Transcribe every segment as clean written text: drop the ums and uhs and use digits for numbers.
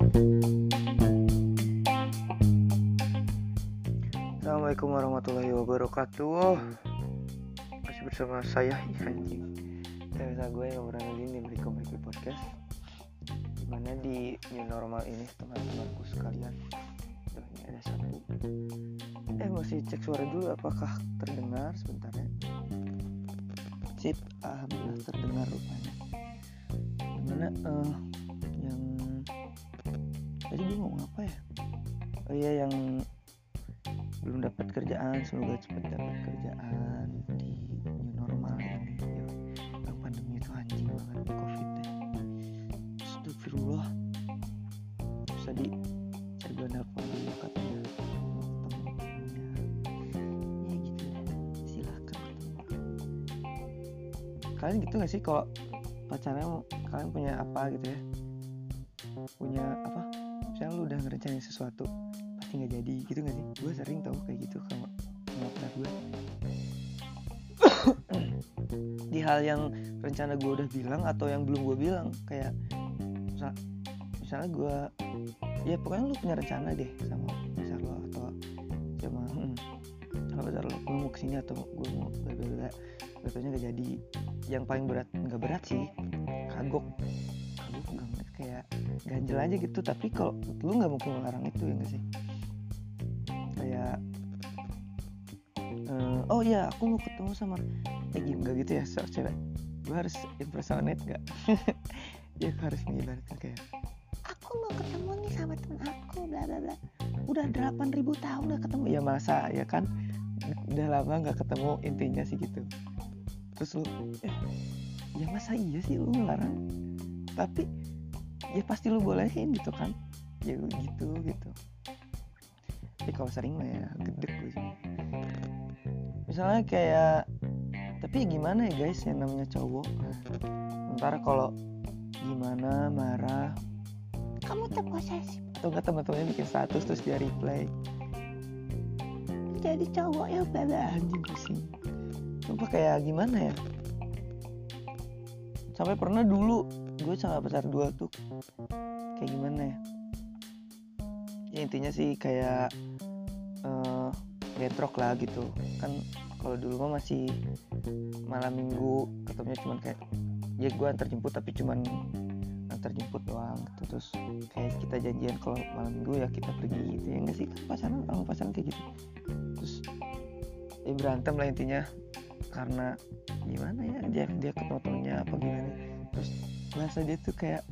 Assalamualaikum warahmatullahi wabarakatuh. Masih bersama saya anjing. Saya bisa gue yang ngobrol lagi di Meriko Podcast. Dimana di new normal ini teman-temanku sekalian. Tuh, ini ada satu. Masih cek suara dulu apakah terdengar sebentar ya. Sip, alhamdulillah terdengar rupanya. Dimana yang tadi gue ngomong apa ya? Oh iya, yang belum dapat kerjaan, semoga cepat dapat kerjaan di new normal ini. Yang pandemi itu anjing banget nih, covid deh. Astagfirullah. Terus tadi saya gue nelfon dulu katanya temennya. Ya gitu ya, silakan ketemu. Kalian gitu gak sih kalau pacarnya, kalian punya apa gitu ya, punya apa, misalnya lu udah ngerencanain sesuatu nggak jadi gitu nggak sih? Gue sering tau kayak gitu sama pacar gue. Di hal yang rencana gue udah bilang atau yang belum gue bilang, kayak misalnya gue, ya pokoknya lu punya rencana deh sama pacar lo atau sama pacar lo, gue mau kesini atau gue mau betulnya nggak jadi. Yang paling nggak berat sih kagok banget, kayak ganjel aja gitu. Tapi kalau lu nggak mungkin melarang itu, ya nggak sih? Kayak oh iya, aku mau ketemu sama gak gitu ya, cewek gue harus impersonate gak? Ya gue harus mengibaratkan kayak aku mau ketemu nih sama temen aku bla bla bla, udah 8.000 tahun gak ketemu. Ya masa ya kan, udah lama gak ketemu, intinya sih gitu. Terus lu ya masa iya sih lu ngelarang? Tapi ya pasti lu bolehin gitu kan, ya gitu. Tapi kalau sering mah ya gedek gue sih. Misalnya kayak, tapi gimana ya guys, yang namanya cowok, ntar kalau gimana marah, kamu terposesif, atau enggak teman-temannya bikin status terus dia reply, jadi cowok ya bala, anjing pusing. Sumpah kayak gimana ya. Sampai pernah dulu gue sama pacar gue tuh kayak gimana ya. Ya intinya sih kayak bentrok lah gitu kan. Kalau dulu mah masih malam minggu ketemunya cuman kayak ya gue antar jemput, tapi cuman antar jemput doang gitu. Terus kayak kita janjian kalau malam minggu ya kita pergi gitu, ya nggak sih? Kan pacaran kayak gitu. Terus ya berantem lah intinya karena gimana ya, dia ketemu temennya apa gimana. Terus bahasa dia tuh kayak,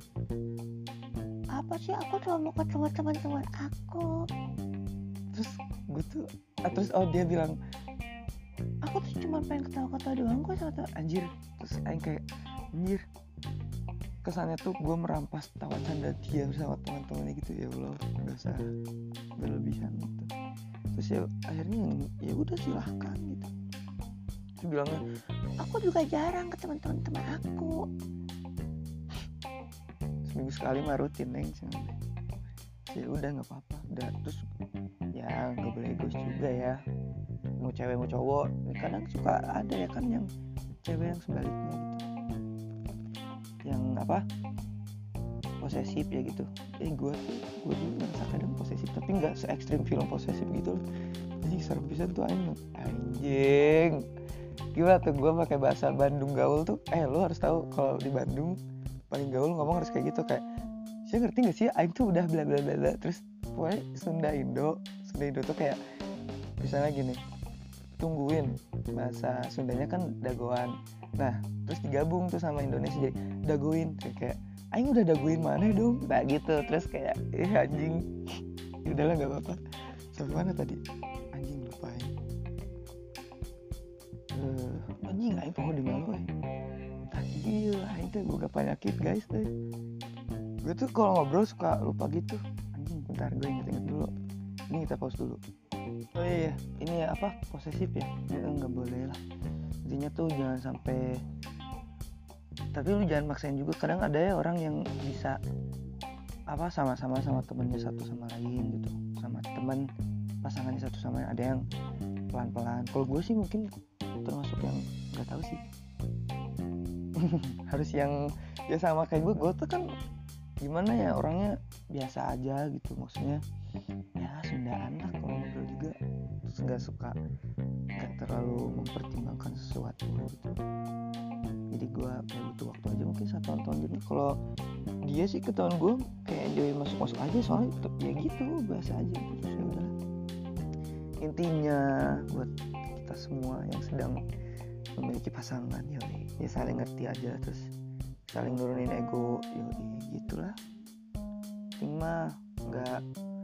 apa sih, aku cuma mau ketemu teman-teman aku. Terus gue tuh terus dia bilang, aku tuh cuma pengen ketawa-ketawa doang kok sama anjir. Terus aing kayak anjir, kesannya tuh gue merampas tawa canda dia bersama teman-temannya gitu. Ya Allah, nggak usah berlebihan gitu. Terus ya akhirnya ya udah silahkan gitu. Terus bilangnya, aku juga jarang ke teman-teman aku, seminggu sekali mah rutin neng. Ya udah nggak apa-apa udah. Terus ya nggak boleh egois juga ya, mau cewek mau cowok. Kadang suka ada ya kan yang cewek yang sebaliknya gitu, yang apa, posesif ya gitu. Gue juga merasa kadang posesif, tapi nggak se ekstrim film posesif gitu loh. Jadi serem bisa tuh anjing. Gimana tuh gue pakai bahasa Bandung gaul tuh, lo harus tahu kalau di Bandung paling gaul ngomong harus kayak gitu. Kayak saya ngerti gak sih, aing tuh udah bla bla bla. Terus pokoknya Sunda Indo tuh kayak misalnya gini, tungguin, bahasa Sundanya kan dagoan. Nah terus digabung tuh sama Indonesia jadi dagoin. Kayak aing udah dagoin mana dong, nah gitu. Terus kayak anjing. Udahlah gak apa-apa. Sampai mana tadi, anjing lupa aing. Anjing aing pohon di mana gila, aing tuh boga penyakit guys tuh. Gue tuh kalau ngobrol suka lupa gitu. Anjing bentar, gue inget dulu. Ini kita pause dulu. Oh iya, ini apa, posesif ya? Nggak boleh lah. Intinya tuh jangan sampai. Tapi lu jangan maksain juga. Kadang ada ya orang yang bisa apa, sama-sama sama temennya satu sama lain gitu, sama teman pasangannya satu sama lain. Ada yang pelan-pelan. Kalau gue sih mungkin termasuk yang nggak tahu sih. Harus yang ya sama kayak gue tuh kan gimana ya, orangnya biasa aja gitu, maksudnya ya Sundaan lah kalau ngobrol juga, terus nggak terlalu mempertimbangkan sesuatu gitu. Jadi gue kayak butuh waktu aja, mungkin 1 tahun jadi. Kalau dia sih ketahuan gue kayak enjoy masuk aja, soalnya ya gitu biasa aja. Terus ya udah, intinya buat kita semua yang sedang memiliki pasangan ya saling ngerti aja, terus saling nurunin ego, gitulah. Penting mah nggak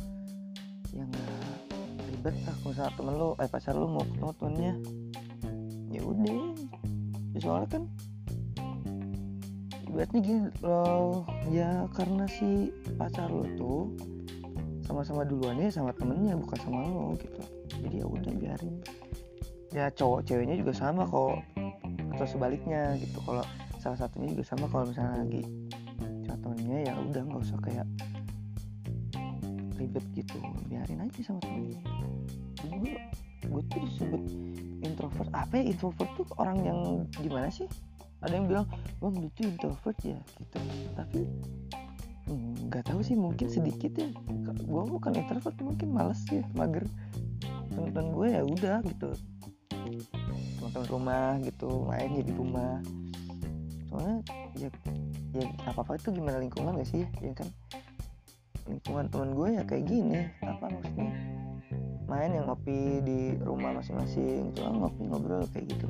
ribet lah. Kalau misalnya temen lo pacar lo mau ketemu temennya, ya udah, soalnya kan ibaratnya gini loh ya, karena si pacar lo tuh sama-sama duluannya sama temennya, bukan sama lo gitu. Jadi ya udah, biarin. Ya cowok ceweknya juga sama kok, atau sebaliknya gitu. Kalau salah satunya juga sama, kalau misalnya lagi sama temennya ya udah, nggak usah kayak ribet gitu, biarin aja sama temennya. Jadi gue tuh disebut introvert. Apa ya introvert tuh orang yang gimana sih? Ada yang bilang bang lu tuh introvert ya gitu, tapi nggak tahu sih, mungkin sedikit ya. Gue bukan introvert, mungkin males ya, mager. Teman-teman gue ya udah gitu, teman-teman rumah gitu, main ya di rumah. Soalnya ya apa itu gimana lingkungan gak sih ya kan, lingkungan teman gue ya kayak gini, apa maksudnya main yang ngopi di rumah masing-masing gitu, ngopi ngobrol kayak gitu.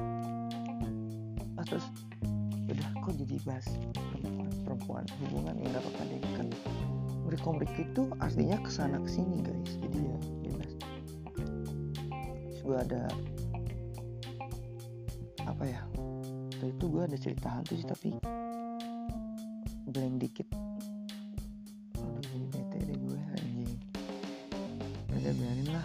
Terus udah, kok jadi bahas perempuan hubungan, ya nggak apa-apa deh kan, mereka itu aslinya kesana kesini guys, jadi ya bebas. Terus gue ada apa ya, tadi itu gue ada cerita hantu sih, tapi blank dikit. Aduh, jadi bete deh gue anjing. Udah, biarin lah.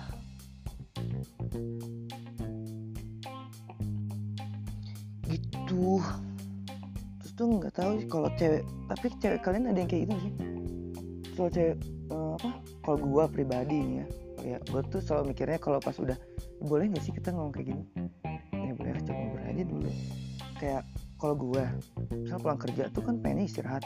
Gitu. Terus tuh nggak tahu sih kalau cewek, tapi cewek kalian ada yang kayak gitu sih? Kalau cewek kalau gue pribadi nih ya gue tuh selalu mikirnya kalau pas udah, boleh nggak sih kita ngomong kayak gini, ya boleh, coba ngobrol aja dulu. Kayak kalau gue misal pulang kerja tuh kan pengen istirahat,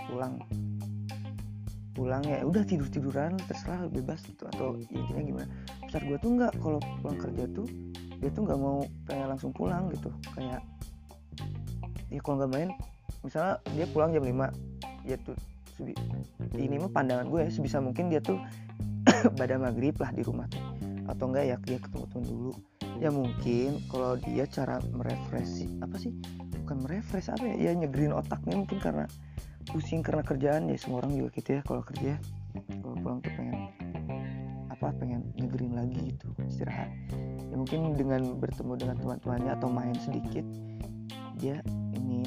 pulang ya udah tiduran terserah, bebas gitu. Atau intinya gimana, pacar gue tuh nggak, kalau pulang kerja tuh dia tuh nggak mau pengen langsung pulang gitu. Kayak ya kalau nggak main, misalnya dia pulang jam 5 ya tuh, ini mah pandangan gue ya, sebisa mungkin dia tuh pada maghrib lah di rumah tuh, atau enggak ya dia ketemu temen dulu. Ya mungkin kalau dia cara merefresh apa ya nyegerin otaknya, mungkin karena pusing karena kerjaan ya, semua orang juga gitu ya, kalau kerja kalau pulang tuh pengen nyegerin lagi gitu, istirahat. Ya mungkin dengan bertemu dengan teman-temannya atau main sedikit, dia ini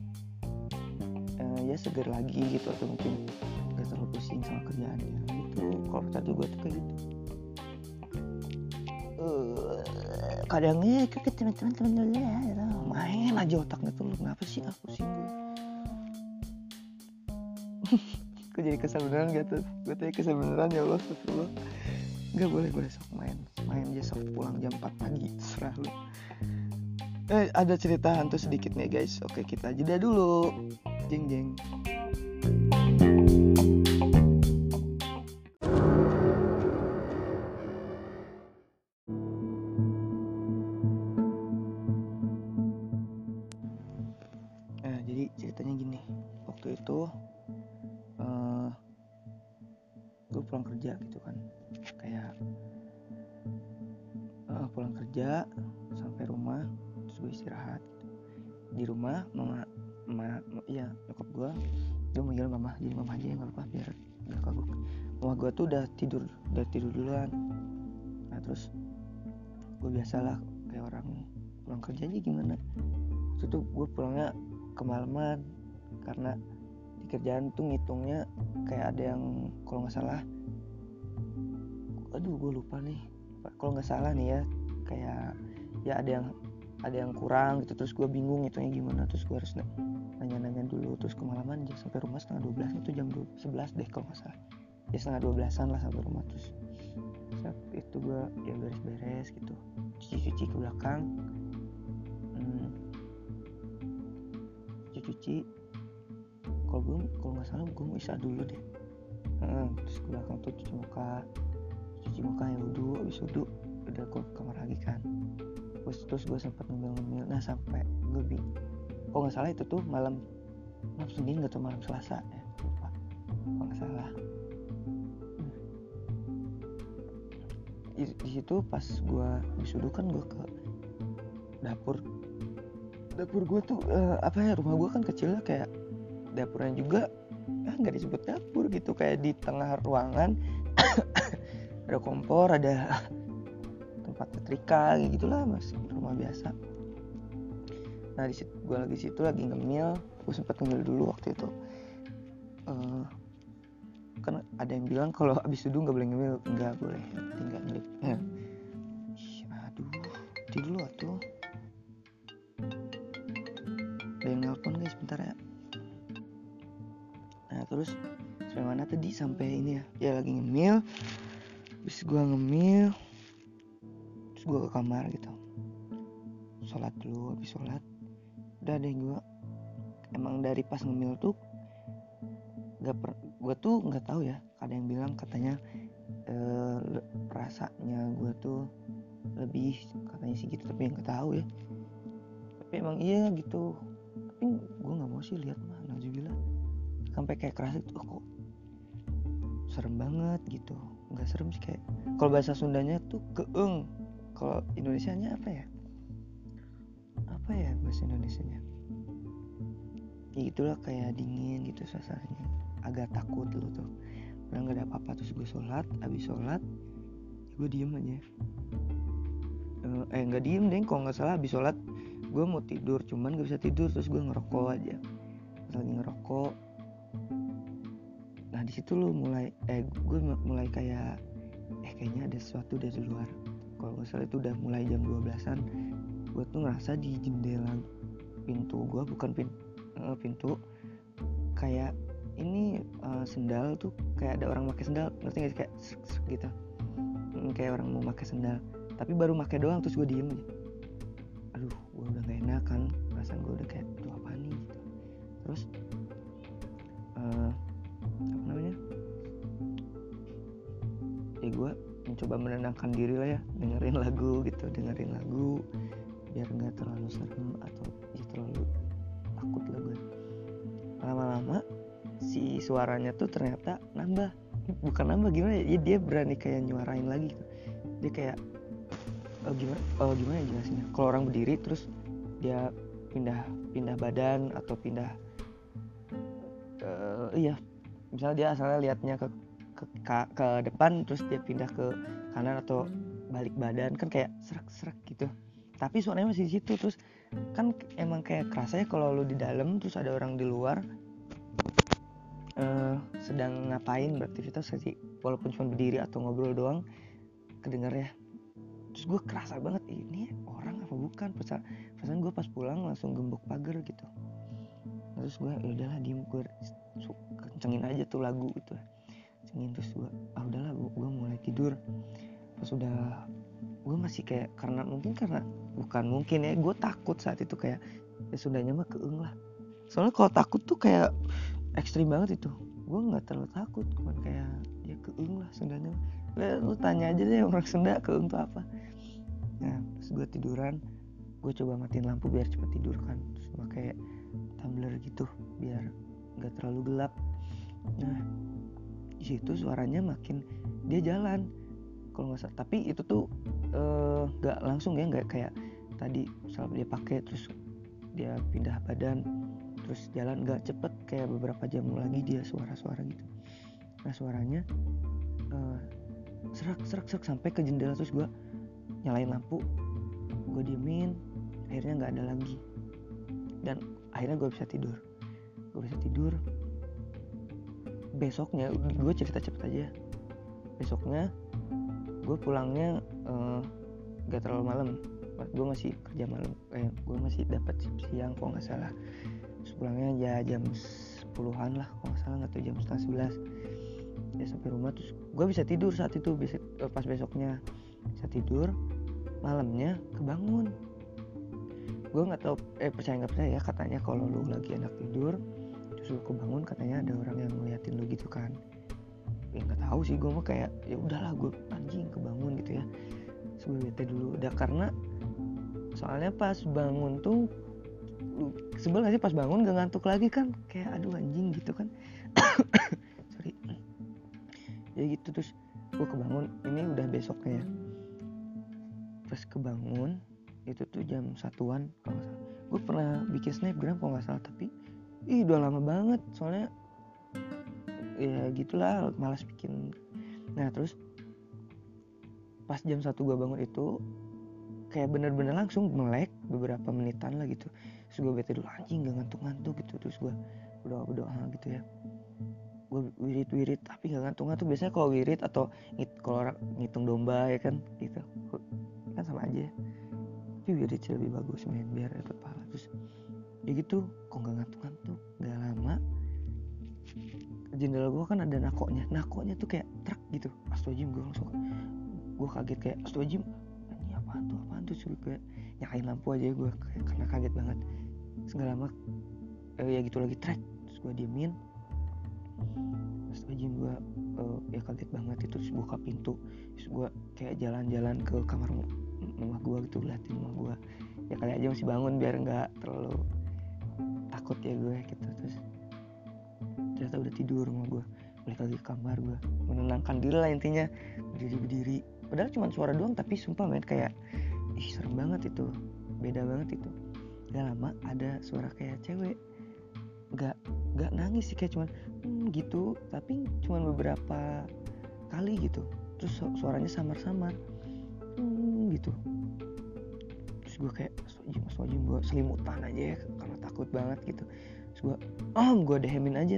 ya seger lagi gitu, atau mungkin gak terlalu pusing sama kerjaannya gitu. Kalau pacar juga tuh kayak gitu. Kadangnya ke teman-teman dulu ya, main aja otaknya tuh, kenapa sih pusing gue. Kok jadi kesel beneran gitu, gue tadi kesel beneran, ya Allah, astagfirullah. Gak boleh sok main aja, sok pulang jam 4 pagi, terserah lu. Ada cerita hantu sedikit nih guys. Oke, kita jeda dulu. Jeng. Jadi ceritanya gini, waktu itu gue pulang kerja gitu kan, kayak pulang kerja sampai rumah, terus gue istirahat di rumah. Nyokap gue manggil mama, jadi mama aja yang nggak apa-apa biar nggak kagok. Mama gue tuh udah tidur duluan. Nah terus gue biasalah kayak orang pulang kerja aja gimana. Waktu itu gue pulangnya kemalaman karena di kerjaan tuh ngitungnya kayak ada yang, kalau nggak salah, gue lupa nih, kalau nggak salah nih ya, kayak ya ada yang kurang gitu. Terus gue bingung ngitungnya gimana, terus gue harus nanya dulu. Terus kemalaman aja sampai rumah setengah 12, itu jam 11 deh kalau nggak salah ya, setengah 12an lah sampai rumah. Terus saat itu gue ya beres-beres gitu, cuci ke belakang, cuci kalau nggak salah gue mau isya dulu deh. Terus ke belakang tuh cuci muka ya wudhu, habis wudhu udah gue ke kamar lagi kan. Terus gue sempat ngemil, nah sampai gue bingung, kalau nggak salah itu tuh malam Senin atau malam Selasa ya, lupa kalau nggak salah. Di situ pas gue habis wudhu kan gue ke dapur gue tuh rumah gue kan kecilnya, kayak dapurnya juga nggak disebut dapur gitu, kayak di tengah ruangan ada kompor, ada tempat setrika gitulah, masih rumah biasa. Nah di situ gue lagi ngemil, gue sempat ngemil dulu waktu itu. Kan ada yang bilang kalau abis wudhu nggak boleh ngemil, nggak boleh, tinggal ngelip. Aduh, tidur dulu atuh. Ada yang nelpon guys, bentar ya. Nah terus sampai mana tadi, sampai ini ya lagi ngemil. Habis gue ngemil, terus gue ke kamar gitu, sholat dulu. Habis sholat udah deh, gue emang dari pas ngemil tuh gue tuh nggak tahu ya, ada yang bilang katanya rasanya gue tuh lebih, katanya sih gitu, tapi nggak tahu ya. Tapi emang iya gitu, tapi gue nggak mau sih lihat mah, nauzubillah, sampai kayak kerasa tuh kok serem banget gitu. Nggak serem sih, kayak kalau bahasa Sundanya tuh keeng, kalau Indonesianya apa ya bahasa Indonesianya ya gitulah, kayak dingin gitu suasananya, agak takut dulu tuh. Udah nggak ada apa-apa, terus gue sholat. Abis sholat gue diem aja, nggak diem deh, kalau nggak salah abis sholat gue mau tidur, cuman nggak bisa tidur, terus gue ngerokok aja. Pas lagi ngerokok, nah di situ gue mulai kayak kayaknya ada sesuatu dari luar. Kalau nggak salah itu udah mulai jam 12-an, gue tuh ngerasa di jendela pintu gue, bukan pintu, kayak ini sendal tuh, kayak ada orang pakai sendal, ngerti nggak sih, kayak gitu, kayak orang mau pakai sendal tapi baru pakai doang. Terus gue diem aja, aduh gue udah gak enak kan, perasaan gue udah kayak tuh apa nih gitu. Terus ya gue mencoba menenangkan diri lah ya, dengerin lagu biar nggak terlalu serem atau ya terlalu takut lah gue. Lama-lama si suaranya tuh ternyata bukan nambah gimana ya, dia berani kayak nyuarain lagi gitu. Dia kayak gimana ya jelasinnya, kalau orang berdiri terus dia pindah badan atau pindah misalnya dia asalnya liatnya ke depan, terus dia pindah ke kanan atau balik badan, kan kayak serak gitu, tapi suaranya masih di situ. Terus kan emang kayak kerasa ya kalau lu di dalam terus ada orang di luar sedang ngapain, beraktivitas sih, walaupun cuma berdiri atau ngobrol doang kedengar ya. Terus gue kerasa banget, ini orang apa bukan. Perasaan gue pas pulang langsung gembok pagar gitu. Terus gue udahlah diem, gue kencengin aja tuh lagu gitu, kencengin. Terus gue udahlah, gue mulai tidur. Pas udah, gue masih kayak, gue takut saat itu, kayak ya sudahnya mah keeng lah. Soalnya kalau takut tuh kayak ekstrim banget itu. Gue nggak terlalu takut, cuman kayak ya keeng lah sudahnya. Lu tanya aja deh orang Sunda keeng tuh apa. Nah terus gue tiduran, gue coba matiin lampu biar cepet tidur kan, terus pakai tumbler gitu biar nggak terlalu gelap. Nah di situ suaranya makin dia jalan kalau nggak salah, tapi itu tuh nggak langsung ya, nggak kayak tadi misalnya dia pakai terus dia pindah badan terus jalan, nggak cepet, kayak beberapa jam lagi dia suara gitu. Nah suaranya serak sampai ke jendela. Terus gue nyalain lampu, gue diemin, akhirnya nggak ada lagi, dan akhirnya gue bisa tidur. Besoknya gue cerita cepet aja, besoknya gue pulangnya nggak terlalu malam, gue masih kerja malam, gue masih dapat siang kalau nggak salah. Terus pulangnya ya jam 10-an lah kalau nggak salah, nggak tahu, jam 10:30 ya sampai rumah. Terus gue bisa tidur saat itu, pas besoknya bisa tidur. Malamnya kebangun, gue nggak tahu percaya nggak percaya ya, katanya kalau lu lagi enak tidur terus gue kebangun katanya ada orang yang ngeliatin lu gitu kan. Ya nggak tahu sih, gue mah kayak ya udahlah, gue anjing kebangun gitu ya. Terus gue bete dulu udah, karena soalnya pas bangun tuh sebel gak sih, pas bangun gak ngantuk lagi kan, kayak aduh anjing gitu kan. Sorry ya gitu. Terus gue kebangun, ini udah besoknya ya. Pas kebangun itu tuh jam 1-an kalau nggak salah. Gue pernah bikin snapgram kalau nggak salah, tapi udah lama banget soalnya ya gitulah, malas bikin. Nah terus pas jam 1 gue bangun itu kayak bener-bener langsung melek beberapa menitan lah gitu. Terus gue bete dulu, anjing gak ngantuk-ngantuk gitu. Terus gue berdoa gitu ya, gue wirid tapi gak ngantuk-ngantuk. Biasanya kalau wirid atau kalau orang ngitung domba ya kan gitu kan sama aja ya. Tapi wirid sih lebih bagus men, biar dapat pahala. Terus ya gitu, kok gak ngantuk-ngantuk. Gak lama jendela gue kan ada nakonya tuh kayak truk gitu. Astagfirullahaladzim, gue kaget kayak astagfirullahaladzim, ini apaan tuh. Suruh gue nyalain lampu aja gue karena kaget banget. Segala lama ya gitu lagi trek. Terus gue diemin, astagfirullahaladzim, gue ya kaget banget itu. Terus buka pintu, terus gue kayak jalan-jalan ke kamar mama gue gitu, liatin mama gue ya kali aja masih bangun biar nggak terlalu takut ya gue gitu. Terus ternyata udah tidur mama gue. Balik lagi ke kamar, gue menenangkan diri lah intinya, berdiri. Padahal cuma suara doang, tapi sumpah men kayak serem banget itu, beda banget itu. Gak lama ada suara kayak cewek, gak nangis sih, kayak cuman gitu, tapi cuman beberapa kali gitu. Terus suaranya samar-samar gitu. Terus gue kayak astagfirullahaladzim, gue selimutan aja ya karena takut banget gitu. Terus gue dehemin aja,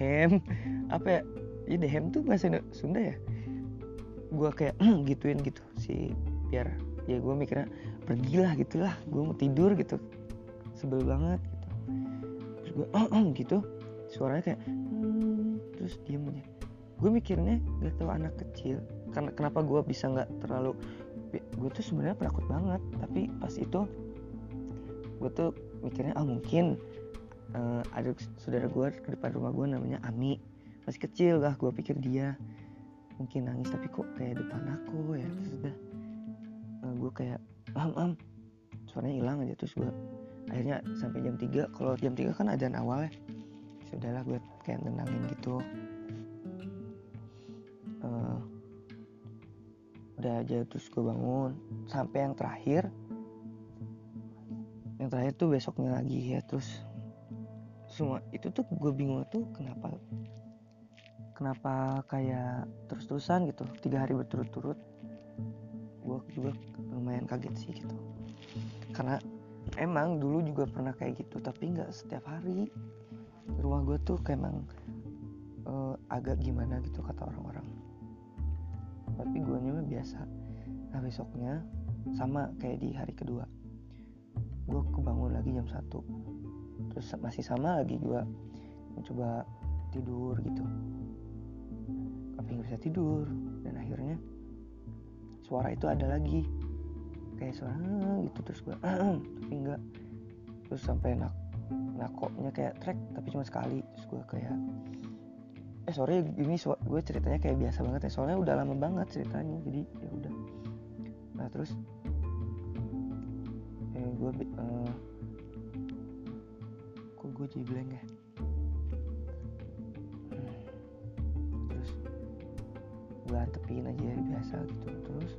apa ya dehem tuh bahasa Sunda ya. Gue kayak gituin gitu sih, biar ya gue mikirnya pergilah gitulah, gue mau tidur gitu, sebel banget gitu. Terus gue gitu, suaranya kayak terus diem aja. Gue mikirnya gak tahu anak kecil, karena kenapa gue bisa nggak terlalu, gue tuh sebenarnya penakut banget, tapi pas itu gue tuh mikirnya mungkin ada saudara gue ke depan rumah gue namanya Ami, masih kecil lah, gue pikir dia mungkin nangis, tapi kok kayak depan aku ya. Terus udah gue kayak suaranya hilang aja. Terus gue akhirnya sampai jam 3, kalau jam 3 kan adzan awal ya. Sudahlah, gue kayak tenangin gitu. Udah aja. Terus gue bangun sampai yang terakhir tuh besoknya lagi ya. Terus semua itu tuh gue bingung tuh kenapa kayak terus-terusan gitu 3 hari berturut-turut. Gue juga lumayan kaget sih gitu, karena emang dulu juga pernah kayak gitu, tapi nggak setiap hari. Rumah gue tuh kayak emang agak gimana gitu kata orang-orang, tapi gue mah biasa. Nah besoknya sama kayak di hari kedua, gue kebangun lagi jam 1. Terus masih sama lagi, gue mencoba tidur gitu tapi nggak bisa tidur. Dan akhirnya suara itu ada lagi, kayak suara gitu. Terus gue tapi enggak. Terus sampai nakoknya kayak trek tapi cuma sekali. Terus gue kayak sorry ini gue ceritanya kayak biasa banget ya, soalnya udah lama banget ceritanya, jadi ya udah. Nah terus gue jadi blank ya. Terus gue antepin aja biasa gitu. Terus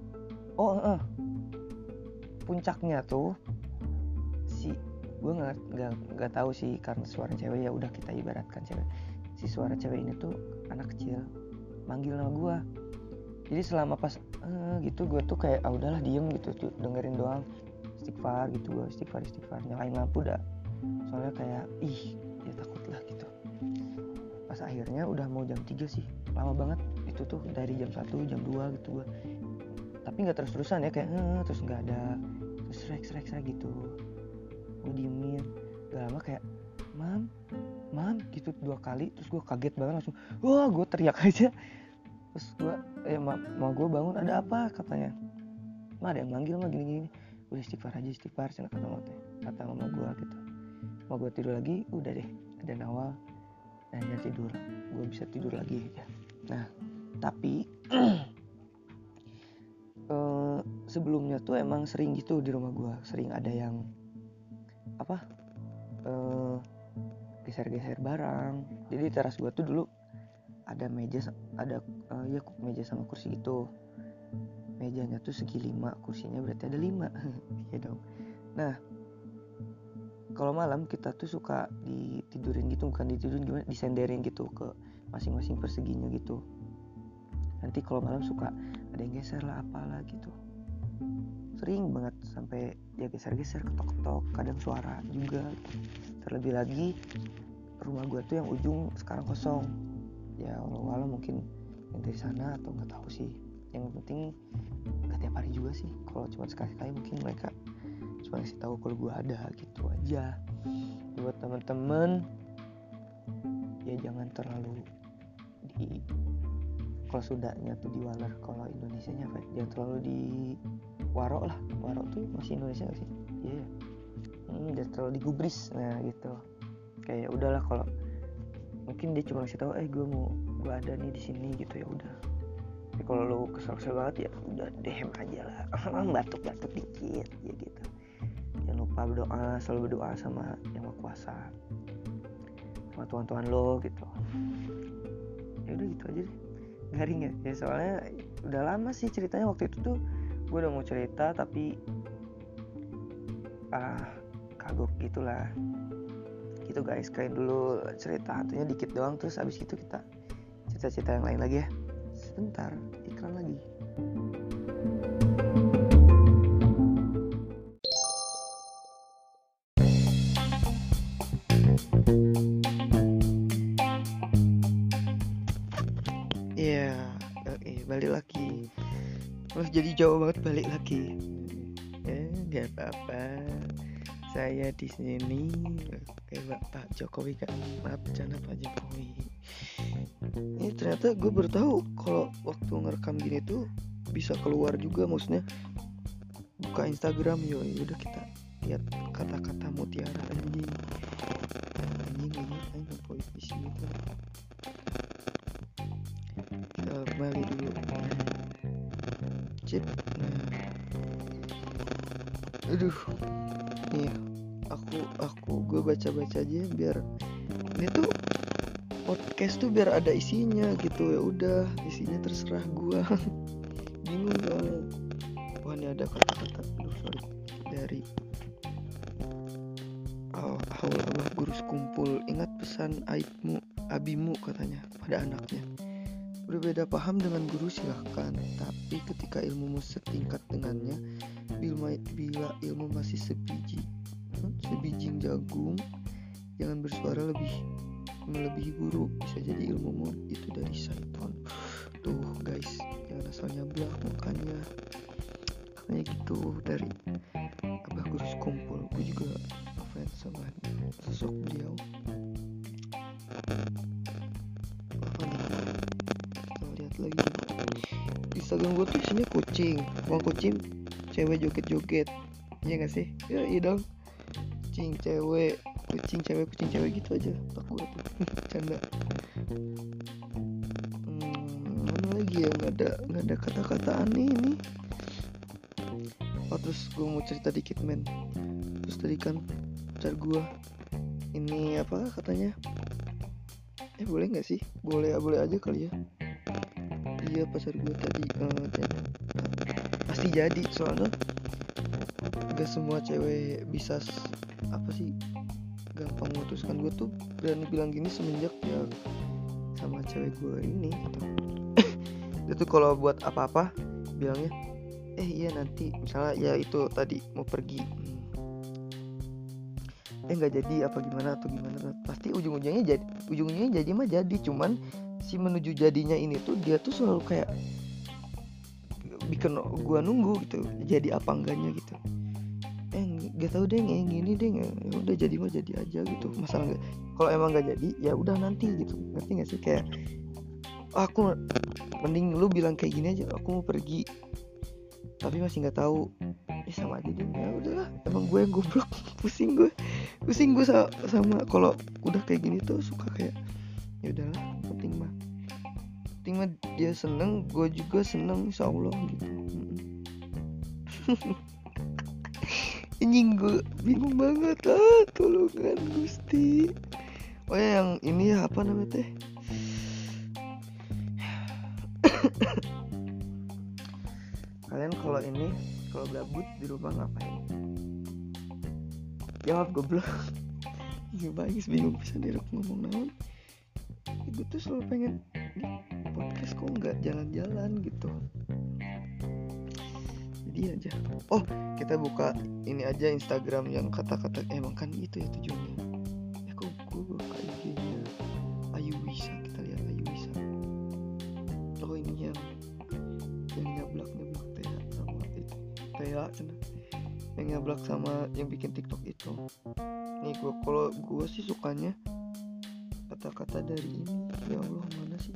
puncaknya tuh gue nggak tahu sih, karena suara cewek ya udah kita ibaratkan cewek. Si suara cewek ini tuh anak kecil manggil nama gue. Jadi selama pas gitu gue tuh kayak udahlah diem gitu tuh, dengerin doang, istighfar gitu. Gue istighfar nyalain lampu dah, soalnya kayak ya takut lah gitu. Pas akhirnya udah mau jam 3 sih, lama banget itu tuh, dari jam 1 jam 2 gitu gue, tapi nggak terus-terusan ya, kayak terus nggak ada, terus srek gitu. Gue diemin, gak lama kayak mam gitu 2 kali. Terus gue kaget banget, langsung gue teriak aja. Terus gue mau gue bangun, ada apa katanya, ada yang manggil mah gini. Udah istighfar cina kata mama gue gitu. Mau gue tidur lagi, udah deh adzan awal, dan dia tidur, gue bisa tidur lagi aja. Nah tapi sebelumnya tuh emang sering gitu di rumah gue, sering ada yang geser-geser barang. Jadi teras gue tuh dulu ada meja, ada meja sama kursi gitu. Mejanya tuh segi 5, kursinya berarti ada 5. Iya dong. Nah kalau malam kita tuh suka ditidurin gitu, bukan ditidurin gimana, disenderin gitu ke masing-masing perseginya gitu. Nanti kalau malam suka ada yang geser lah apalah gitu, sering banget sampai ya geser-geser, ketok-ketok, kadang suara juga. Terlebih lagi rumah gue tuh yang ujung sekarang kosong, ya walau mungkin yang dari sana atau nggak tahu sih. Yang penting nggak tiap hari juga sih, kalau cuma sekali-sekali mungkin mereka cuma ngasih tahu kalau gue ada gitu aja. Buat teman-teman ya jangan terlalu kalau Sundanya tuh diwaler, kalau Indonesianya apa? Jangan terlalu di warok lah. Warok tuh masih Indonesia nggak sih? Iya. Yeah. Jangan terlalu digubris. Nah gitu. Kayak udahlah, kalau mungkin dia cuma ngasih tahu, gue ada nih di sini gitu, ya udah. Tapi kalau lo kesel banget ya udah DM aja lah. Batuk-batuk dikit ya gitu. Jangan lupa berdoa, selalu berdoa sama Yang Maha Kuasa, sama Tuhan lo gitu. Ya udah gitu aja deh. Garing ya soalnya udah lama sih ceritanya. Waktu itu tuh gue udah mau cerita tapi kagok gitulah gitu guys. Kayak dulu cerita hantunya dikit doang, terus abis itu kita cerita-cerita yang lain lagi ya. Sebentar, iklan lagi. Iya, balik lagi. Terus jadi jauh banget balik lagi. Nggak apa-apa. Saya di sini kayak Pak Jokowi kan. Maaf, bercanda Pak Jokowi. Ini ternyata gue baru tahu kalau waktu ngerekam gini tuh bisa keluar juga, maksudnya buka Instagram. Yaudah kita lihat kata-kata mutiara anjing puisi itu. Kita kembali dulu. Cip. Aduh. Nih, gue baca-baca aja biar ini tuh podcast tuh biar ada isinya gitu. Ya udah, isinya terserah gue. Bingung soalnya. Wah, ini ada kata-kata dari Haul Allah guru sekumpul, ingat pesan abimu katanya pada anaknya. Berbeda paham dengan guru silahkan, tapi ketika ilmumu setingkat dengannya, bila ilmu masih sebijing jagung, jangan bersuara melebihi guru. Bisa jadi ilmumu itu dari syaitan. Tuh guys, jangan asal nyablak makanya gitu. Dari Abah Guru Sekumpul, gue juga ngefans sama sosok beliau. Kita lihat lagi Instagram gue tuh isinya kucing, cewek joget-joget, iya gak sih? Ya iya dong, kucing cewek gitu aja tak gue tuh. Canda. Mana lagi ya, nggak ada kata-kata aneh ini. Terus gue mau cerita dikit men. Terus tadi kan pacar gue ini apa katanya, boleh nggak sih? Boleh aja kali ya. Iya, pacar gue tadi pasti jadi, soalnya gak semua cewek bisa gampang memutuskan. Gue tuh berani bilang gini semenjak ya sama cewek gue ini gitu. Dia tuh kalau buat apa-apa bilangnya iya nanti, misalnya ya itu tadi mau pergi nggak jadi apa gimana atau gimana, pasti ujung-ujungnya jadi mah jadi. Cuman si menuju jadinya ini tuh dia tuh selalu kayak bikin gua nunggu gitu, jadi apa enggaknya gitu. Nggak tahu deh yang gini deh, ya udah jadi mah jadi aja gitu. Masalah nggak, kalau emang nggak jadi ya udah nanti gitu. Ngerti nggak sih? Kayak aku mending lu bilang kayak gini aja, aku mau pergi tapi masih nggak tahu, sama aja deh. Ya udahlah, emang gue yang goblok. pusing gue sama kalau udah kayak gini tuh suka kayak ya udahlah, penting mah dia seneng, gue juga seneng, insyaallah gitu. Anjing, gue bingung banget, tolongan Gusti. Oh ya, yang ini ya, apa namanya teh, kalian kalau gabut di rumah ngapain? Jawab goblok. Ya bagus, bingung bisa direk ngomong naon. Gue tuh selalu pengen di podcast kok nggak jalan-jalan gitu. Jadi aja. Oh, kita buka ini aja Instagram yang kata-kata emang kan itu ya tujuannya. Kok gue buka IG-nya Ayu Wisa, kita lihat Ayu Wisa. Oh, ini yang nyablak Tea sama itu. Tea cina. Yang nyablak sama yang bikin TikTok itu. Nih kalau gue sih sukanya kata-kata dari ini. Ya Allah, mana sih?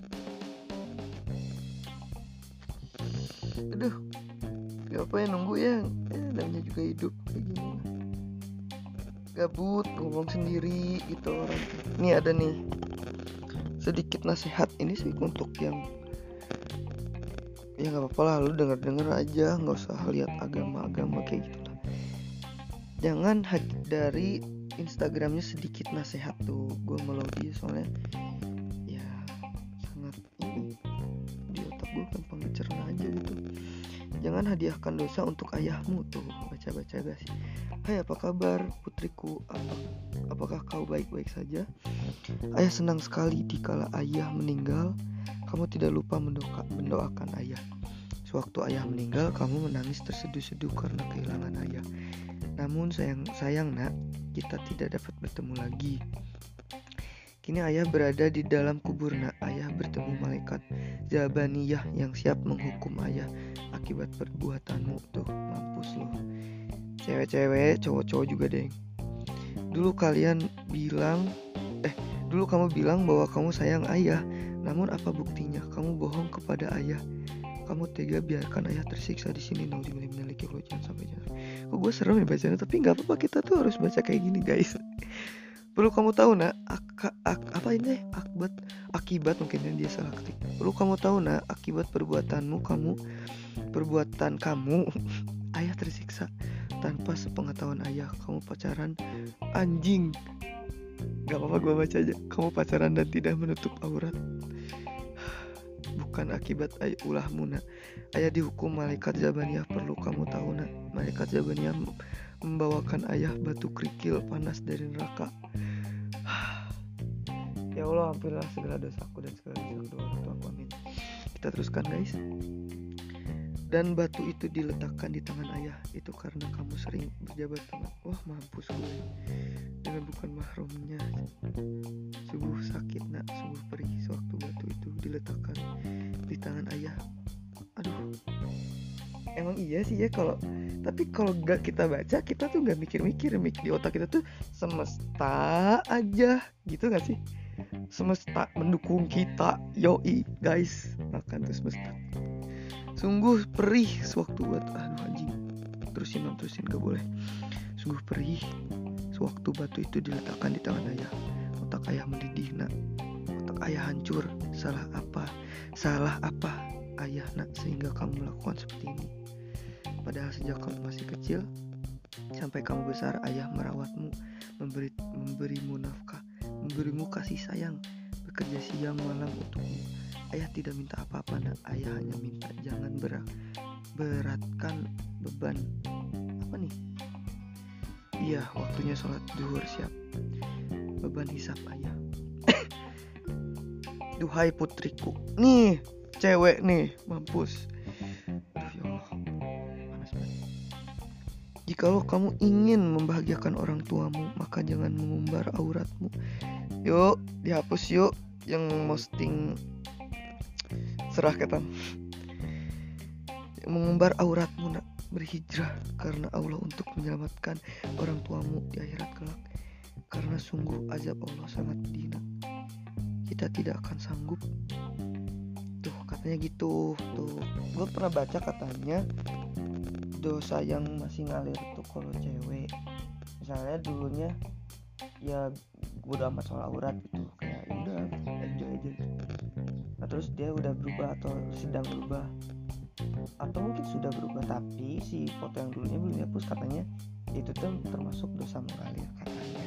Aduh, gak apa ya, nunggu ya namanya juga hidup kayak gini, gabut ngomong sendiri gitu orang. Nih ada nih sedikit nasihat, ini sih untuk yang ya nggak apa-apa lah, lu denger aja, nggak usah lihat agama kayak gitu lah. Jangan dari Instagramnya sedikit nasihat tuh, gue melodi soalnya ya sangat ini di otak gue gampang dicerna aja gitu. Jangan hadiahkan dosa untuk ayahmu, tuh baca guys. Hai, apa kabar putriku, apakah kau baik-baik saja? Ayah senang sekali dikala ayah meninggal, kamu tidak lupa mendoakan ayah. Sewaktu ayah meninggal, kamu menangis terseduh-seduh karena kehilangan ayah. Namun sayang nak, kita tidak dapat bertemu lagi. Kini ayah berada di dalam kubur nak. Ayah bertemu malaikat Zabaniyah yang siap menghukum ayah akibat perbuatanmu. Tuh, mampus lo. Cewek-cewek, cowok-cowok juga deh. Dulu kamu bilang bahwa kamu sayang ayah. Namun apa buktinya? Kamu bohong kepada ayah. Kamu tega biarkan ayah tersiksa di sini. Jangan sampai. Kok gue serem ya bacanya, tapi nggak apa-apa, kita tuh harus baca kayak gini guys. Perlu kamu tahu nak, akibat mungkin yang dia salah ketik. Perlu kamu tahu nak, akibat perbuatan kamu ayah tersiksa. Tanpa sepengetahuan ayah, kamu pacaran anjing. Gak apa-apa, gue baca aja. Kamu pacaran dan tidak menutup aurat. Bukan akibat ulahmu nak. Ayah dihukum malaikat Zabaniyah. Perlu kamu tahu nak, malaikat Zabaniyah membawakan ayah batu kerikil panas dari neraka. Ya Allah, ampunilah segala dosaku dan segala dosa orang tuaku, amin. Kita teruskan guys. Dan batu itu diletakkan di tangan ayah, itu karena kamu sering berjabat tangan. Wah, mampus gue. Dengan bukan mahramnya. Sungguh sakit nak, sungguh perih sewaktu batu itu diletakkan di tangan ayah. Aduh, emang iya sih ya tapi kalau gak kita baca, kita tuh gak mikir-mikir di otak kita tuh semesta aja gitu gak sih? Semesta mendukung kita, yoi guys, makan tuh semesta. Sungguh perih sewaktu anjing. Terusin gak boleh. Sungguh perih sewaktu batu itu diletakkan di tangan ayah. Otak ayah mendidih nak. Otak ayah hancur. Salah apa ayah nak sehingga kamu melakukan seperti ini? Padahal sejak kamu masih kecil sampai kamu besar, ayah merawatmu, memberimu nafkah, memberimu kasih sayang, bekerja siang malam untukmu. Ayah tidak minta apa-apa nak. Ayah hanya minta jangan beratkan beban. Apa nih? Iya, waktunya sholat zuhur siap. Beban hisab ayah. Duhai putriku. Nih, cewek nih, mampus. Aduh ya Allah, panas banget. Jikalau kamu ingin membahagiakan orang tuamu, maka jangan mengumbar auratmu. Yuk, dihapus yuk yang posting serah ketam. Mengumbar auratmu nak, berhijrah karena Allah untuk menyelamatkan orang tuamu di akhirat kelak. Karena sungguh azab Allah sangat pedih nak. Kita tidak akan sanggup. Tuh katanya gitu. Tuh, gue pernah baca katanya dosa yang masih ngalir tuh kalau cewek, misalnya dulunya ya udah amat soal aurat gitu, kayak udah enjoy aja gitu. Nah terus dia udah berubah atau sedang berubah, atau mungkin sudah berubah tapi si foto yang dulunya belum dihapus, katanya itu tuh termasuk dosa mengalir katanya.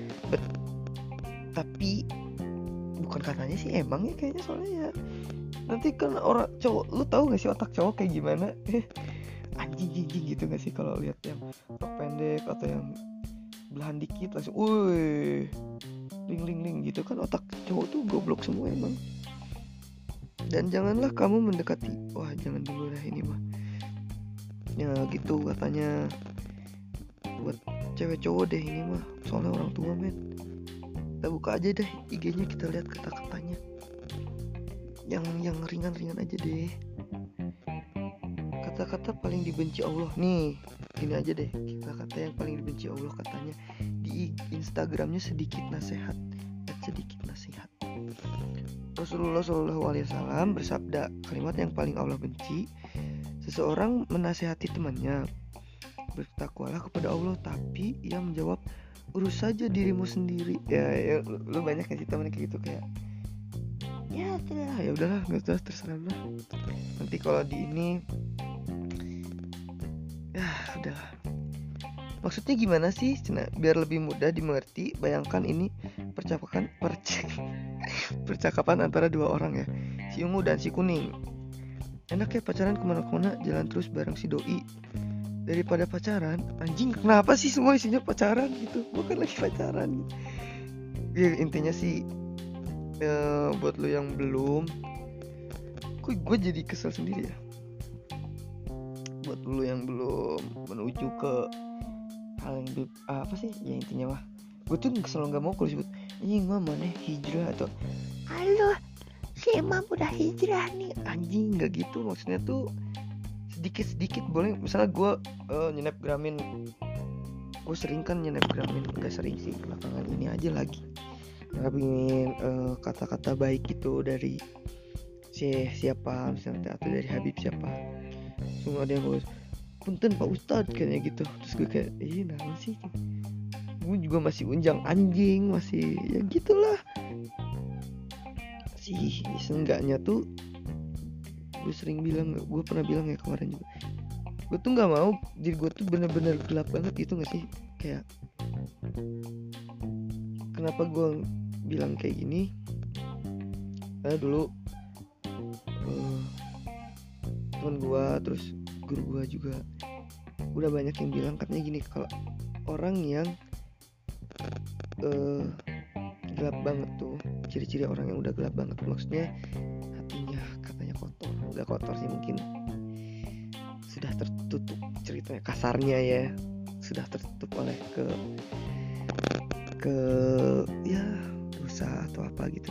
Tapi bukan katanya sih, emangnya kayaknya, soalnya ya nanti kan orang cowok, lu tahu gak sih otak cowok kayak gimana? Anjing gitu gak sih kalau lihat yang rok pendek atau yang belahan dikit langsung woi ling gitu kan, otak cowok tuh goblok semua emang. Dan janganlah kamu mendekati, wah jangan dulu dah ini mah ya gitu katanya, buat cewek cowok deh ini mah, soalnya orang tua men. Kita buka aja deh IG-nya, kita lihat kata-katanya yang ringan-ringan aja deh. Kata-kata paling dibenci Allah nih, gini aja deh, kata-kata yang paling dibenci Allah katanya di Instagramnya sedikit nasihat. Rasulullah SAW bersabda, kalimat yang paling Allah benci, seseorang menasihati temannya, bertakwalah kepada Allah, tapi ia menjawab, urus saja dirimu sendiri. Ya lu banyak gak sih temen kayak gitu, kayak ya udahlah nggak usah, terserah lah. Nanti kalau di ini ya udahlah. Maksudnya gimana sih? Biar lebih mudah dimengerti, bayangkan ini percakapan antara dua orang ya, si ungu dan si kuning. Enak ya pacaran kemana-kemana, jalan terus bareng si doi, daripada pacaran. Anjing, kenapa sih semua isinya pacaran gitu? Bukan lagi pacaran gitu. Ya, intinya sih buat lo yang belum, gue jadi kesel sendiri ya. Buat lo yang belum menuju ke hal yang apa sih ya, intinya mah gue tuh selalu nggak mau kalau disebut anjing mah mana hijrah atau halo si emang udah hijrah nih, anjing nggak gitu. Maksudnya tuh sedikit boleh. Misalnya gue snapgramin, gue sering kan snapgramin, nggak sering sih belakangan ini aja lagi ngabingin kata-kata baik gitu dari siapa misalnya, atau dari Habib siapa, semua ada yang gue punten Pak Ustadz kayaknya gitu. Terus gue kayak nama sih, gue juga masih unjang anjing, masih ya gitulah sih. Seenggaknya tuh gue sering bilang, gue pernah bilang ya kemarin juga, gue tuh nggak mau diri gue tuh bener-bener gelap banget gitu nggak sih. Kayak kenapa gue bilang kayak gini, karena dulu teman gue terus guru gue juga udah banyak yang bilang katanya gini, kalau orang yang gelap banget tuh, ciri-ciri orang yang udah gelap banget tuh, maksudnya hatinya katanya kotor. Nggak kotor sih, mungkin sudah tertutup, ceritanya kasarnya ya, sudah tertutup oleh ke ya dosa atau apa gitu,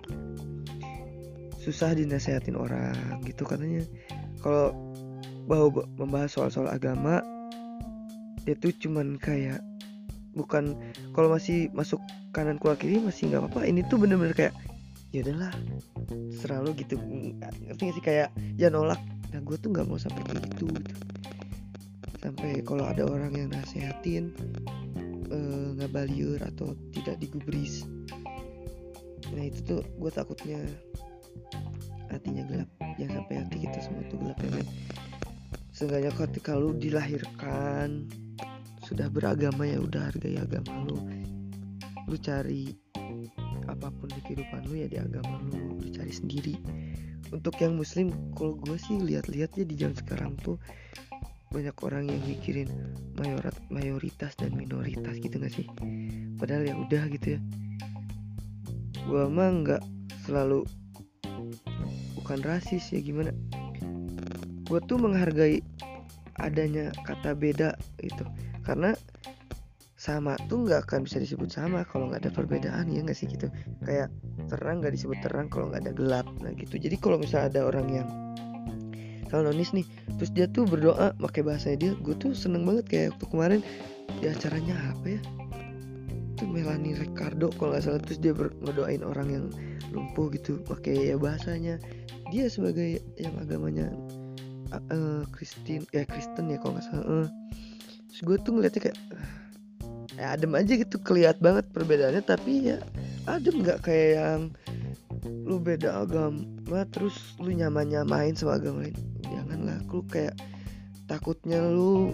susah dinasehatin orang gitu katanya. Kalau membahas soal agama, dia tuh cuman kayak, bukan, kalau masih masuk kanan keluar kiri masih nggak apa-apa, ini tuh bener-bener kayak ya udahlah serah lu gitu, ngerti gak sih, kayak ya nolak. Nah gue tuh nggak mau sampai kayak gitu. Sampai kalau ada orang yang nasehatin ngabalieur atau tidak digubris, nah itu tuh gue takutnya hatinya gelap. Jangan sampai hati kita semua tuh gelap ya men. Seenggaknya ketika lu dilahirkan sudah beragama, ya udah hargai agama lu cari apapun di kehidupan lu ya di agama lu cari sendiri. Untuk yang muslim, kalau gue sih lihat-lihatnya di zaman sekarang tuh banyak orang yang mikirin mayoritas dan minoritas gitu gak sih, padahal ya udah gitu ya. Gue mah nggak selalu, bukan rasis ya gimana, gue tuh menghargai adanya kata beda gitu, karena sama tuh nggak akan bisa disebut sama kalau nggak ada perbedaan, ya nggak sih gitu. Kayak terang nggak disebut terang kalau nggak ada gelap, nah gitu. Jadi kalau misalnya ada orang yang kalau nonis nih, terus dia tuh berdoa pakai bahasanya dia, gue tuh seneng banget. Kayak waktu kemarin di acaranya apa ya, tuh Melanie Ricardo kalau nggak salah, terus dia ngedoain orang yang lumpuh gitu pakai ya bahasanya dia sebagai yang agamanya Kristen ya kalau nggak salah. Terus gue tuh ngeliatnya kayak adem aja gitu, kelihatan banget perbedaannya, tapi ya adem, nggak kayak yang lu beda agama terus lu nyamain sama agama lain. Janganlah, lu kayak takutnya lu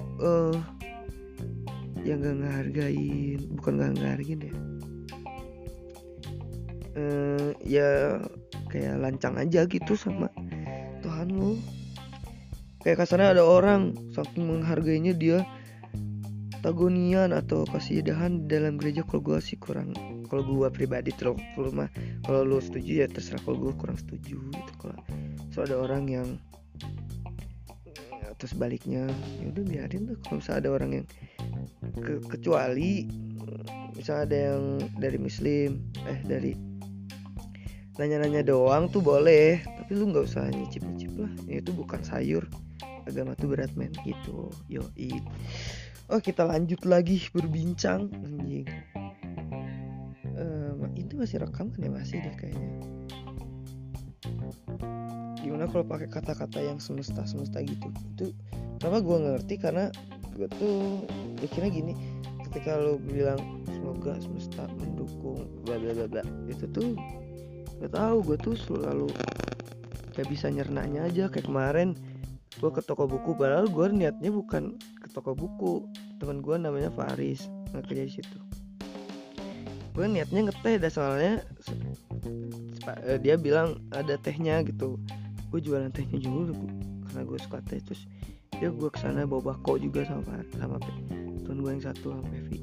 yang gak ngehargain, bukan gak ngehargain ya, ya kayak lancang aja gitu sama Tuhan lu. Kayak kasarnya ada orang saking menghargainya dia tagonian atau kasidahan dalam gereja. Kalau gue sih kurang, kalau gue pribadi kalau lu setuju ya terserah, kalau gue kurang setuju gitu. Kalau ada orang yang atau sebaliknya, ya udah biarin tuh. Kalau misalnya ada orang yang kecuali misalnya ada yang dari muslim dari nanya-nanya doang tuh boleh, tapi lu nggak usah nyicip-nyicip lah, itu bukan sayur, agama tuh berat men gitu. Yoi. Kita lanjut lagi berbincang anjing. Ini masih rekam kan ya? Masih deh kayaknya. Gimana kalau pakai kata-kata yang semesta gitu? Itu kenapa gue ngerti, karena gue tuh mikirnya gini, ketika lo bilang semoga semesta mendukung bla bla bla bla, itu tuh gak tahu, gue tuh selalu kayak bisa nyernanya aja. Kayak kemarin gue ke toko buku, padahal gue niatnya bukan ke toko buku. Temen gue namanya Faris, nggak kerja di situ. Gue niatnya ngeteh dah, soalnya dia bilang ada tehnya gitu. Gue jualan tehnya juga karena gue suka teh. Terus ya gue kesana bawa bako juga sama temen gue yang satu, sama Pevi.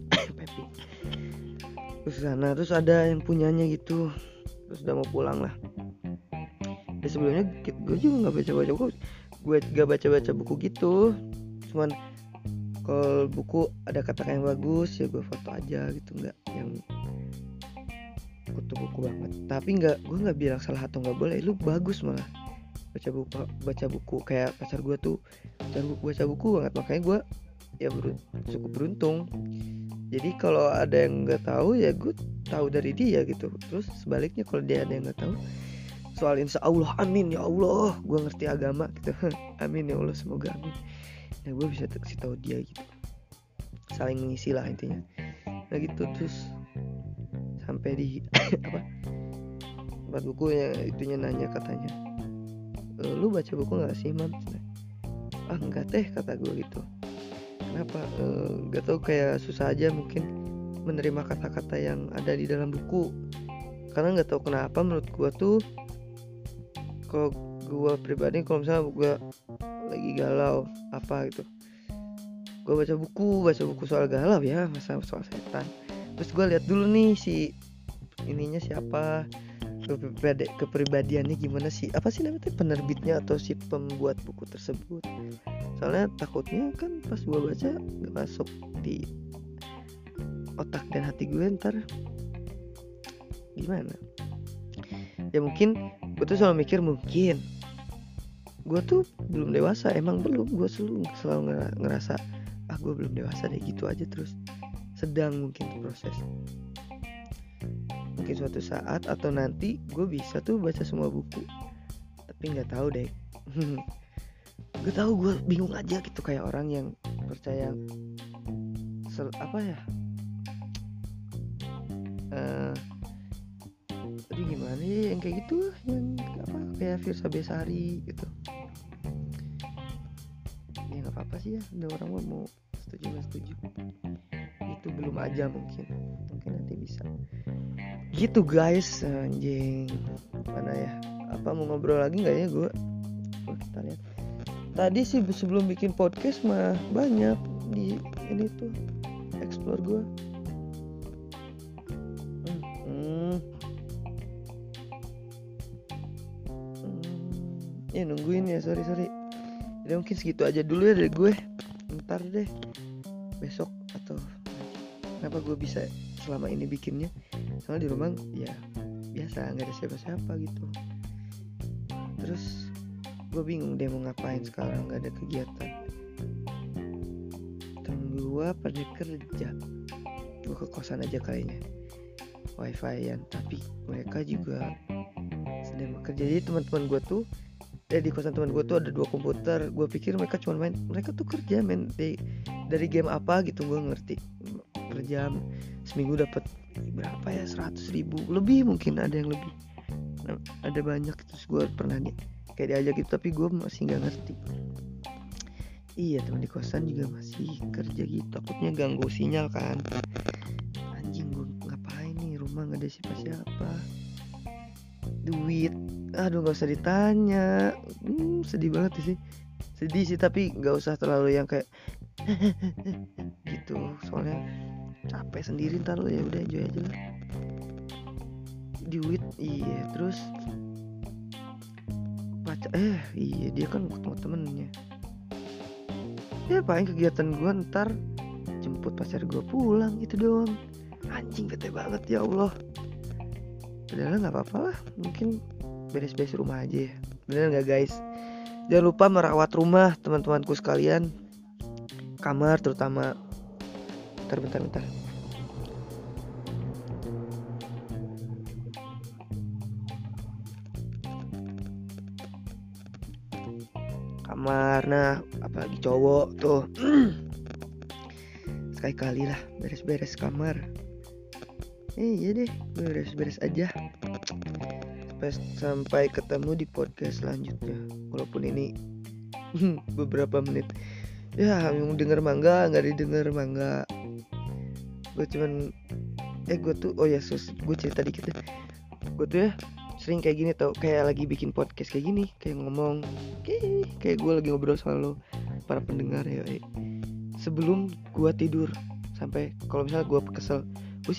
Terus kesana, terus ada yang punyanya gitu. Terus udah mau pulang lah. Ya sebelumnya gue juga nggak baca buku. Gue gak baca buku gitu. Cuman kalau buku ada kata yang bagus ya gue foto aja gitu, nggak yang kutu buku banget. Tapi gue nggak bilang salah atau nggak boleh. Lu bagus malah baca buku. Kayak pacar gue tuh baca buku banget, makanya gue ya cukup beruntung. Jadi kalau ada yang nggak tahu ya gue tahu dari dia gitu. Terus sebaliknya kalau dia ada yang nggak tahu soal insya Allah, amin ya Allah, gue ngerti agama gitu. Amin ya Allah, semoga amin. Nah gue bisa kasih tahu dia gitu, saling mengisi lah intinya. Nah gitu. Terus sampai di tempat bukunya, itunya nanya katanya, lu baca buku nggak sih mam? Enggak teh, kata gue gitu. Kenapa? Gak tau, kayak susah aja mungkin menerima kata-kata yang ada di dalam buku. Karena nggak tahu kenapa menurut gue tuh, kalau gue pribadi, kalau misalnya gue lagi galau apa gitu, gue baca buku soal galau ya, soal setan. Terus gue lihat dulu nih si ininya siapa, kepribadiannya gimana sih, apa sih namanya, penerbitnya atau si pembuat buku tersebut. Soalnya takutnya kan pas gue baca gak masuk di otak dan hati gue, ntar gimana ya. Mungkin gue tuh selalu mikir, mungkin gue tuh belum dewasa. Emang belum, gue selalu ngerasa gue belum dewasa deh gitu aja. Terus sedang mungkin proses, mungkin suatu saat atau nanti gue bisa tuh baca semua buku, tapi nggak tahu deh. Gue bingung aja gitu, kayak orang yang percaya tadi gimana ya, yang kayak gitu, yang kayak Firsa Besari gitu. Ya nggak apa-apa sih ya, ada orang mau setuju nggak setuju, itu belum aja, mungkin nanti bisa gitu guys. Anjing, mana ya, apa mau ngobrol lagi nggak ya gue? Kita lihat. Tadi sih sebelum bikin podcast mah banyak di ini tuh explore gue. Ya nungguin ya, sorry. Jadi mungkin segitu aja dulu ya dari gue. Ntar deh besok atau kenapa gue bisa selama ini bikinnya, soalnya di rumah ya biasa nggak ada siapa-siapa gitu. Terus gue bingung deh mau ngapain sekarang, nggak ada kegiatan. Temen gue pada kerja, gue ke kosan aja kayaknya, wifi-an, tapi mereka juga sedang bekerja. Jadi teman-teman gue tuh di kosan teman gue tuh ada 2 komputer. Gue pikir mereka cuma main, mereka tuh kerja men. Dari game apa gitu gue ngerti. Per jam seminggu dapat berapa ya, 100.000 lebih, mungkin ada yang lebih. Nah, ada banyak. Terus gue pernah kayak diajak gitu, tapi gue masih nggak ngerti. Iya, teman di kosan juga masih kerja gitu, takutnya ganggu sinyal kan. Anjing, gue ngapain nih, rumah nggak ada siapa-siapa. Duit, aduh nggak usah ditanya. Sedih banget sih. Sedih sih, tapi nggak usah terlalu yang kayak gitu, soalnya capek sendiri ntar lo. Ya udah, enjoy aja lah. Duit, iya. Terus pacar, iya dia kan ketemu temennya. Ya paling kegiatan gue ntar jemput pacar gue pulang, itu doang. Anjing, bete banget, ya Allah. Padahal gak apa-apa lah, mungkin beres-beres rumah aja ya. Bener gak guys? Jangan lupa merawat rumah teman-temanku sekalian, kamar terutama. Bentar. Kamar, nah apalagi cowok tuh sekali-kali lah beres-beres kamar. Iya deh, beres-beres aja. Sampai ketemu di podcast selanjutnya. Walaupun ini beberapa menit, ya yang denger mangga, nggak didengar mangga. Gue cuman gue tuh gue cerita dikit deh. Gue tuh ya sering kayak gini tau, kayak lagi bikin podcast kayak gini, kayak ngomong kayak gue lagi ngobrol sama lo para pendengar ya. Sebelum gue tidur, sampai kalau misalnya gue kesel, gue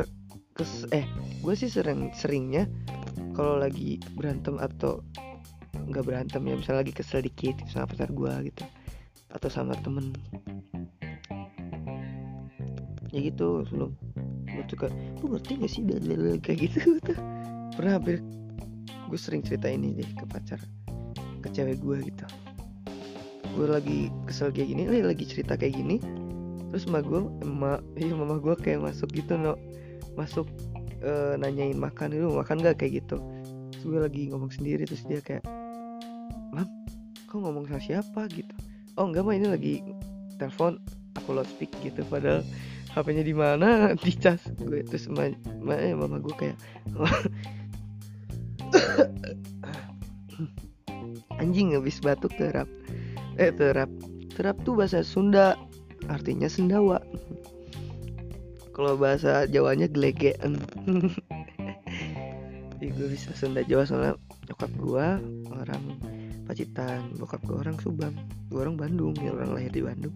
sih seringnya kalau lagi berantem atau nggak berantem ya, misalnya lagi kesel dikit sama pacar gue gitu atau sama temen ya gitu, sebelum gue suka, lu ngerti gak sih kayak gitu tuh. Pernah hampir gue sering cerita ini deh ke cewek gue gitu. Gue lagi kesel kayak gini, lagi cerita kayak gini, terus mama gue kayak masuk gitu, masuk nanyain makan gak kayak gitu. Terus gue lagi ngomong sendiri, terus dia kayak, Mam, kau ngomong sama siapa gitu? Oh enggak mah, ini lagi telepon, aku loudspeak gitu, padahal HP-nya di mana, dicas. Gue terus mama gue kayak anjing, habis batuk terap tuh bahasa Sunda, artinya sendawa. Kalau bahasa Jawanya gelegean. Jadi gue bisa Sunda Jawa soalnya nyokap gue orang Pacitan, bokap gue orang Subang, gue orang Bandung, ya orang lahir di Bandung.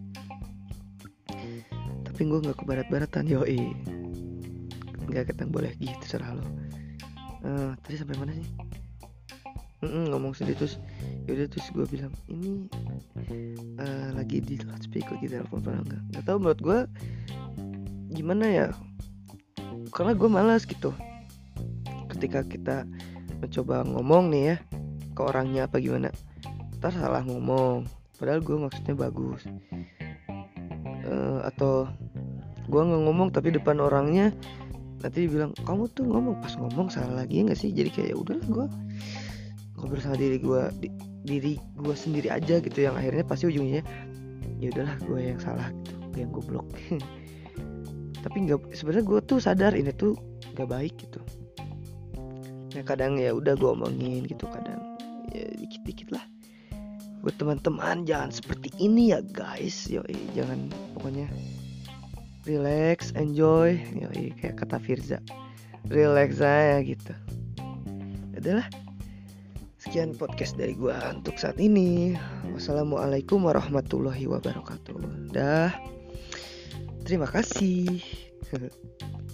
Tapi gue nggak ke barat-baratan, yoi. Nggak ketang boleh gitu, serah lo. Tadi sampai mana sih? Ngomong sendiri, terus yaudah, terus gue bilang ini lagi di loudspeaker, lagi telepon pernah nggak tahu, menurut gue gimana ya, karena gue malas gitu ketika kita mencoba ngomong nih ya ke orangnya apa gimana, ntar salah ngomong padahal gue maksudnya bagus, atau gue nggak ngomong tapi depan orangnya nanti dibilang kamu tuh ngomong, pas ngomong salah lagi, nggak sih? Jadi kayak udahlah, gue ngobrol sama diri gue sendiri aja gitu, yang akhirnya pasti ujungnya ya udahlah gue yang salah gitu, gue yang goblok. Tapi nggak, sebenarnya gue tuh sadar ini tuh nggak baik gitu. Ya kadang ya udah gue omongin gitu, kadang ya dikit-dikit lah. Buat teman-teman jangan seperti ini ya guys, yoi, jangan, pokoknya relax, enjoy, yoi, kayak kata Firza, relax aja gitu. Adalah sekian podcast dari gue untuk saat ini. Wassalamualaikum warahmatullahi wabarakatuh. Dah, terima kasih.